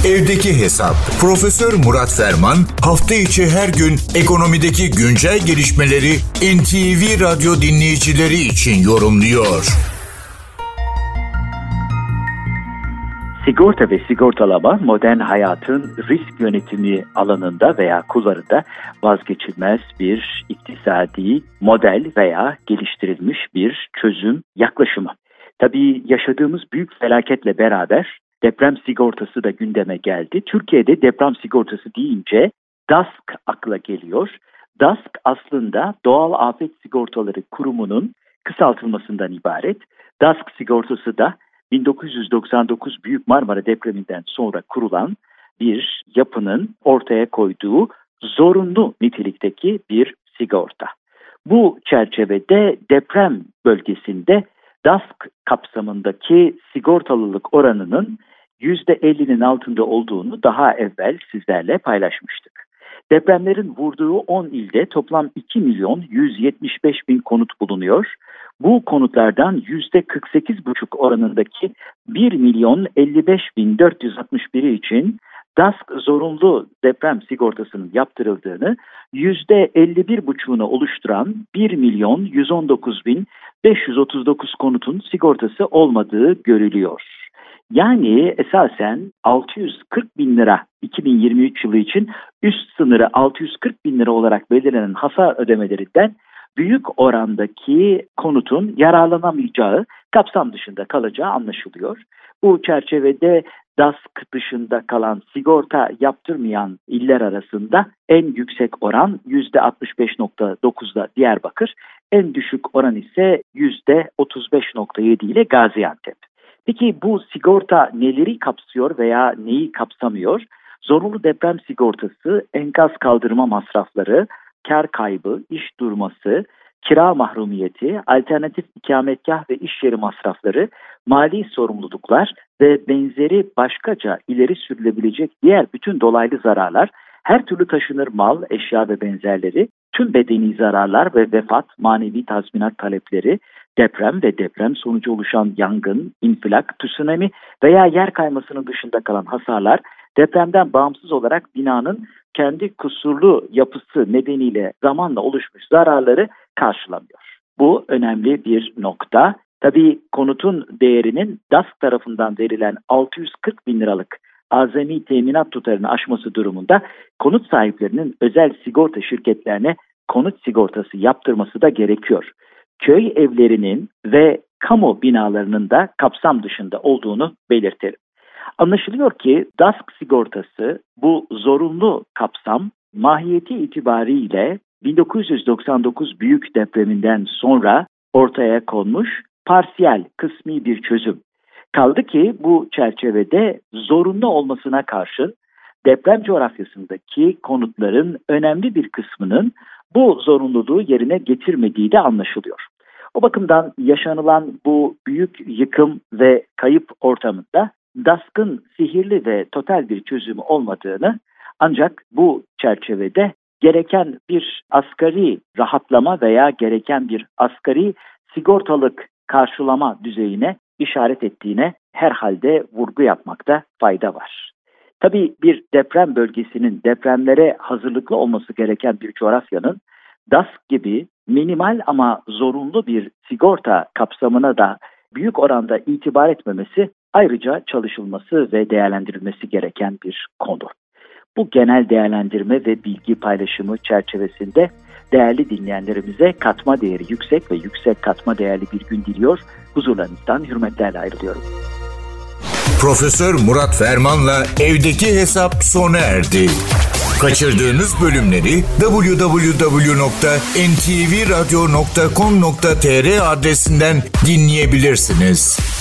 Evdeki Hesap. Profesör Murat Ferman hafta içi her gün ekonomideki güncel gelişmeleri NTV Radyo dinleyicileri için yorumluyor. Sigorta ve sigortalama modern hayatın risk yönetimi alanında veya kullarında vazgeçilmez bir iktisadi model veya geliştirilmiş bir çözüm yaklaşımı. Tabii yaşadığımız büyük felaketle beraber deprem sigortası da gündeme geldi. Türkiye'de deprem sigortası deyince DASK akla geliyor. DASK aslında Doğal Afet Sigortaları Kurumu'nun kısaltılmasından ibaret. DASK sigortası da 1999 Büyük Marmara depreminden sonra kurulan bir yapının ortaya koyduğu zorunlu nitelikteki bir sigorta. Bu çerçevede deprem bölgesinde DASK kapsamındaki sigortalılık oranının %50'nin altında olduğunu daha evvel sizlerle paylaşmıştık. Depremlerin vurduğu 10 ilde toplam 2.175.000 konut bulunuyor. Bu konutlardan %48,5 oranındaki 1.055.461'i için DASK zorunlu deprem sigortasının yaptırıldığını, %51,5'unu oluşturan 1.119.539 konutun sigortası olmadığı görülüyor. Yani esasen 640.000 lira 2023 yılı için üst sınırı 640.000 lira olarak belirlenen hasar ödemelerinden büyük orandaki konutun yararlanamayacağı, kapsam dışında kalacağı anlaşılıyor. Bu çerçevede DASK dışında kalan sigorta yaptırmayan iller arasında en yüksek oran %65,9'da Diyarbakır, en düşük oran ise %35,7 ile Gaziantep. Peki bu sigorta neleri kapsıyor veya neyi kapsamıyor? Zorunlu deprem sigortası enkaz kaldırma masrafları, kar kaybı, iş durması, kira mahrumiyeti, alternatif ikametgah ve iş yeri masrafları, mali sorumluluklar ve benzeri başkaca ileri sürülebilecek diğer bütün dolaylı zararlar, her türlü taşınır mal, eşya ve benzerleri, tüm bedeni zararlar ve vefat, manevi tazminat talepleri, deprem ve deprem sonucu oluşan yangın, infilak, tsunami veya yer kaymasının dışında kalan hasarlar, depremden bağımsız olarak binanın kendi kusurlu yapısı nedeniyle zamanla oluşmuş zararları karşılamıyor. Bu önemli bir nokta. Tabii konutun değerinin DASK tarafından verilen 640.000 liralık azami teminat tutarını aşması durumunda konut sahiplerinin özel sigorta şirketlerine konut sigortası yaptırması da gerekiyor. Köy evlerinin ve kamu binalarının da kapsam dışında olduğunu belirtelim. Anlaşılıyor ki DASK sigortası bu zorunlu kapsam mahiyeti itibariyle 1999 büyük depreminden sonra ortaya konmuş parsiyel, kısmi bir çözüm. Kaldı ki bu çerçevede zorunlu olmasına karşın deprem coğrafyasındaki konutların önemli bir kısmının bu zorunluluğu yerine getirmediği de anlaşılıyor. O bakımdan yaşanılan bu büyük yıkım ve kayıp ortamında DASK'ın sihirli ve total bir çözümü olmadığını, ancak bu çerçevede gereken bir asgari rahatlama veya gereken bir asgari sigortalık karşılama düzeyine işaret ettiğine herhalde vurgu yapmakta fayda var. Tabii bir deprem bölgesinin depremlere hazırlıklı olması gereken bir coğrafyanın DASK gibi minimal ama zorunlu bir sigorta kapsamına da büyük oranda itibar etmemesi ayrıca çalışılması ve değerlendirilmesi gereken bir konu. Bu genel değerlendirme ve bilgi paylaşımı çerçevesinde değerli dinleyenlerimize katma değeri yüksek ve yüksek katma değerli bir gün diliyor. Huzurlarınızdan hürmetlerle ayrılıyorum. Profesör Murat Ferman'la Evdeki Hesap sona erdi. Kaçırdığınız bölümleri www.ntvradio.com.tr adresinden dinleyebilirsiniz.